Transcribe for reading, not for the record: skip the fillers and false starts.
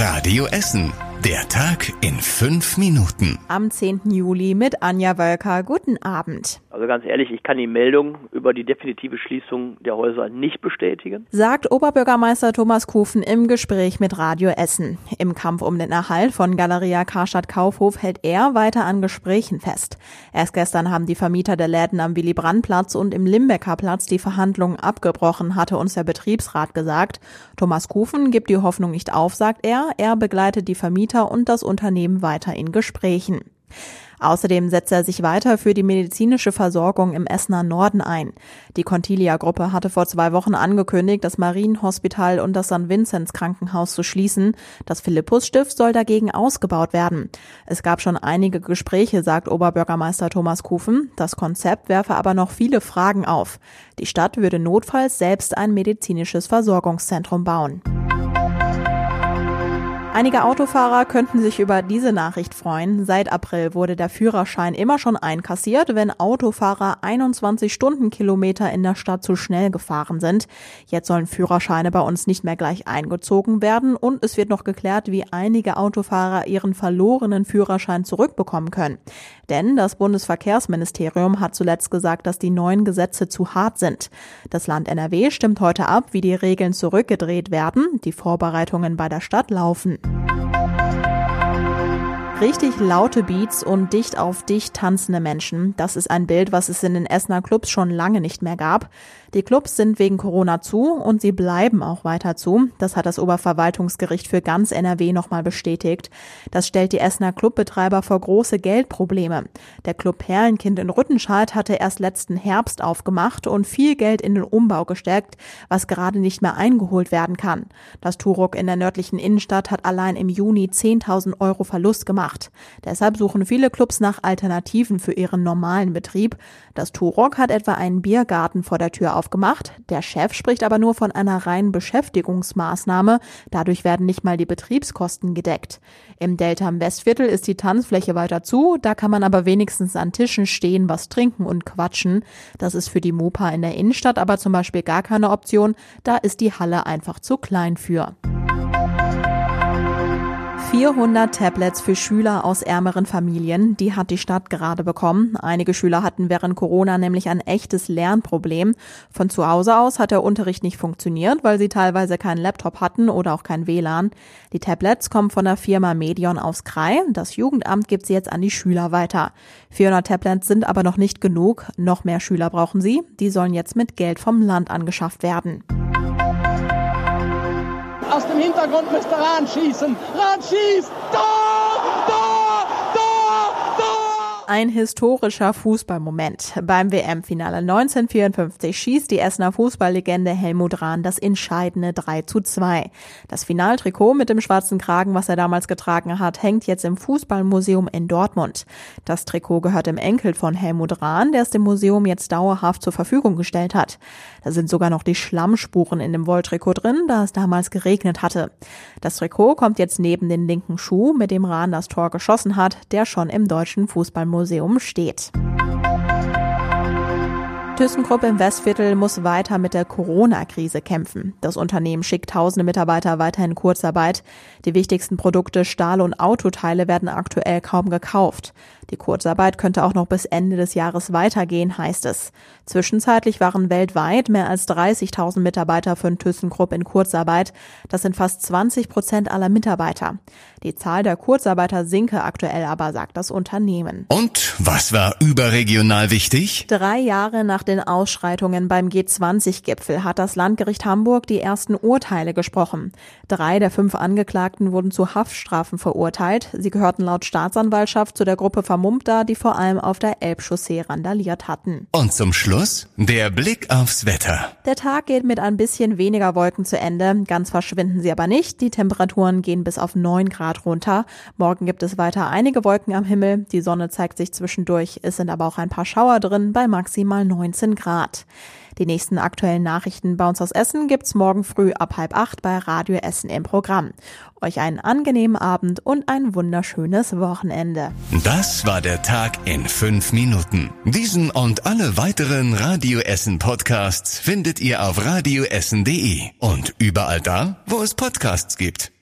Radio Essen. Der Tag in 5 Minuten. Am 10. Juli mit Anja Wölker. Guten Abend. Also ganz ehrlich, ich kann die Meldung über die definitive Schließung der Häuser nicht bestätigen, sagt Oberbürgermeister Thomas Kufen im Gespräch mit Radio Essen. Im Kampf um den Erhalt von Galeria Karstadt Kaufhof hält er weiter an Gesprächen fest. Erst gestern haben die Vermieter der Läden am Willy-Brandt-Platz und im Limbecker Platz die Verhandlungen abgebrochen, hatte uns der Betriebsrat gesagt. Thomas Kufen gibt die Hoffnung nicht auf, sagt er. Er begleitet die Vermieter und das Unternehmen weiter in Gesprächen. Außerdem setzt er sich weiter für die medizinische Versorgung im Essener Norden ein. Die Contilia-Gruppe hatte vor 2 Wochen angekündigt, das Marienhospital und das St. Vinzenz Krankenhaus zu schließen. Das Philippus-Stift soll dagegen ausgebaut werden. Es gab schon einige Gespräche, sagt Oberbürgermeister Thomas Kufen. Das Konzept werfe aber noch viele Fragen auf. Die Stadt würde notfalls selbst ein medizinisches Versorgungszentrum bauen. Einige Autofahrer könnten sich über diese Nachricht freuen. Seit April wurde der Führerschein immer schon einkassiert, wenn Autofahrer 21 Stundenkilometer in der Stadt zu schnell gefahren sind. Jetzt sollen Führerscheine bei uns nicht mehr gleich eingezogen werden und es wird noch geklärt, wie einige Autofahrer ihren verlorenen Führerschein zurückbekommen können. Denn das Bundesverkehrsministerium hat zuletzt gesagt, dass die neuen Gesetze zu hart sind. Das Land NRW stimmt heute ab, wie die Regeln zurückgedreht werden. Die Vorbereitungen bei der Stadt laufen. Richtig laute Beats und dicht auf dicht tanzende Menschen. Das ist ein Bild, was es in den Essener Clubs schon lange nicht mehr gab. Die Clubs sind wegen Corona zu und sie bleiben auch weiter zu. Das hat das Oberverwaltungsgericht für ganz NRW nochmal bestätigt. Das stellt die Essener Clubbetreiber vor große Geldprobleme. Der Club Perlenkind in Rüttenscheid hatte erst letzten Herbst aufgemacht und viel Geld in den Umbau gesteckt, was gerade nicht mehr eingeholt werden kann. Das Turok in der nördlichen Innenstadt hat allein im Juni 10.000 € Verlust gemacht. Deshalb suchen viele Clubs nach Alternativen für ihren normalen Betrieb. Das Turok hat etwa einen Biergarten vor der Tür aufgemacht. Der Chef spricht aber nur von einer reinen Beschäftigungsmaßnahme. Dadurch werden nicht mal die Betriebskosten gedeckt. Im Delta im Westviertel ist die Tanzfläche weiter zu. Da kann man aber wenigstens an Tischen stehen, was trinken und quatschen. Das ist für die Mopa in der Innenstadt aber zum Beispiel gar keine Option. Da ist die Halle einfach zu klein für. 400 Tablets für Schüler aus ärmeren Familien, die hat die Stadt gerade bekommen. Einige Schüler hatten während Corona nämlich ein echtes Lernproblem. Von zu Hause aus hat der Unterricht nicht funktioniert, weil sie teilweise keinen Laptop hatten oder auch kein WLAN. Die Tablets kommen von der Firma Medion aus Krai. Das Jugendamt gibt sie jetzt an die Schüler weiter. 400 Tablets sind aber noch nicht genug. Noch mehr Schüler brauchen sie. Die sollen jetzt mit Geld vom Land angeschafft werden. Aus dem Hintergrund müsste Rahn schießen. Rahn schießt! Tor! Tor! Tor! Tor! Ein historischer Fußballmoment. Beim WM-Finale 1954 schießt die Essener Fußballlegende Helmut Rahn das entscheidende 3:2. Das Finaltrikot mit dem schwarzen Kragen, was er damals getragen hat, hängt jetzt im Fußballmuseum in Dortmund. Das Trikot gehört dem Enkel von Helmut Rahn, der es dem Museum jetzt dauerhaft zur Verfügung gestellt hat. Da sind sogar noch die Schlammspuren in dem Wolltrikot drin, da es damals geregnet hatte. Das Trikot kommt jetzt neben den linken Schuh, mit dem Rahn das Tor geschossen hat, der schon im Deutschen Fußballmuseum steht. ThyssenKrupp im Westviertel muss weiter mit der Corona-Krise kämpfen. Das Unternehmen schickt tausende Mitarbeiter weiter in Kurzarbeit. Die wichtigsten Produkte, Stahl- und Autoteile werden aktuell kaum gekauft. Die Kurzarbeit könnte auch noch bis Ende des Jahres weitergehen, heißt es. Zwischenzeitlich waren weltweit mehr als 30.000 Mitarbeiter für ThyssenKrupp in Kurzarbeit. Das sind fast 20% aller Mitarbeiter. Die Zahl der Kurzarbeiter sinke aktuell aber, sagt das Unternehmen. Und was war überregional wichtig? 3 Jahre nach den Ausschreitungen beim G20-Gipfel hat das Landgericht Hamburg die ersten Urteile gesprochen. 3 der 5 Angeklagten wurden zu Haftstrafen verurteilt. Sie gehörten laut Staatsanwaltschaft zu der Gruppe Vermummter, die vor allem auf der Elbchaussee randaliert hatten. Und zum Schluss der Blick aufs Wetter. Der Tag geht mit ein bisschen weniger Wolken zu Ende. Ganz verschwinden sie aber nicht. Die Temperaturen gehen bis auf 9 Grad runter. Morgen gibt es weiter einige Wolken am Himmel. Die Sonne zeigt sich zwischendurch. Es sind aber auch ein paar Schauer drin bei maximal 19 Grad. Die nächsten aktuellen Nachrichten bei uns aus Essen gibt's morgen früh ab 7:30 bei Radio Essen im Programm. Euch einen angenehmen Abend und ein wunderschönes Wochenende. Das war der Tag in 5 Minuten. Diesen und alle weiteren Radio Essen Podcasts findet ihr auf radioessen.de und überall da, wo es Podcasts gibt.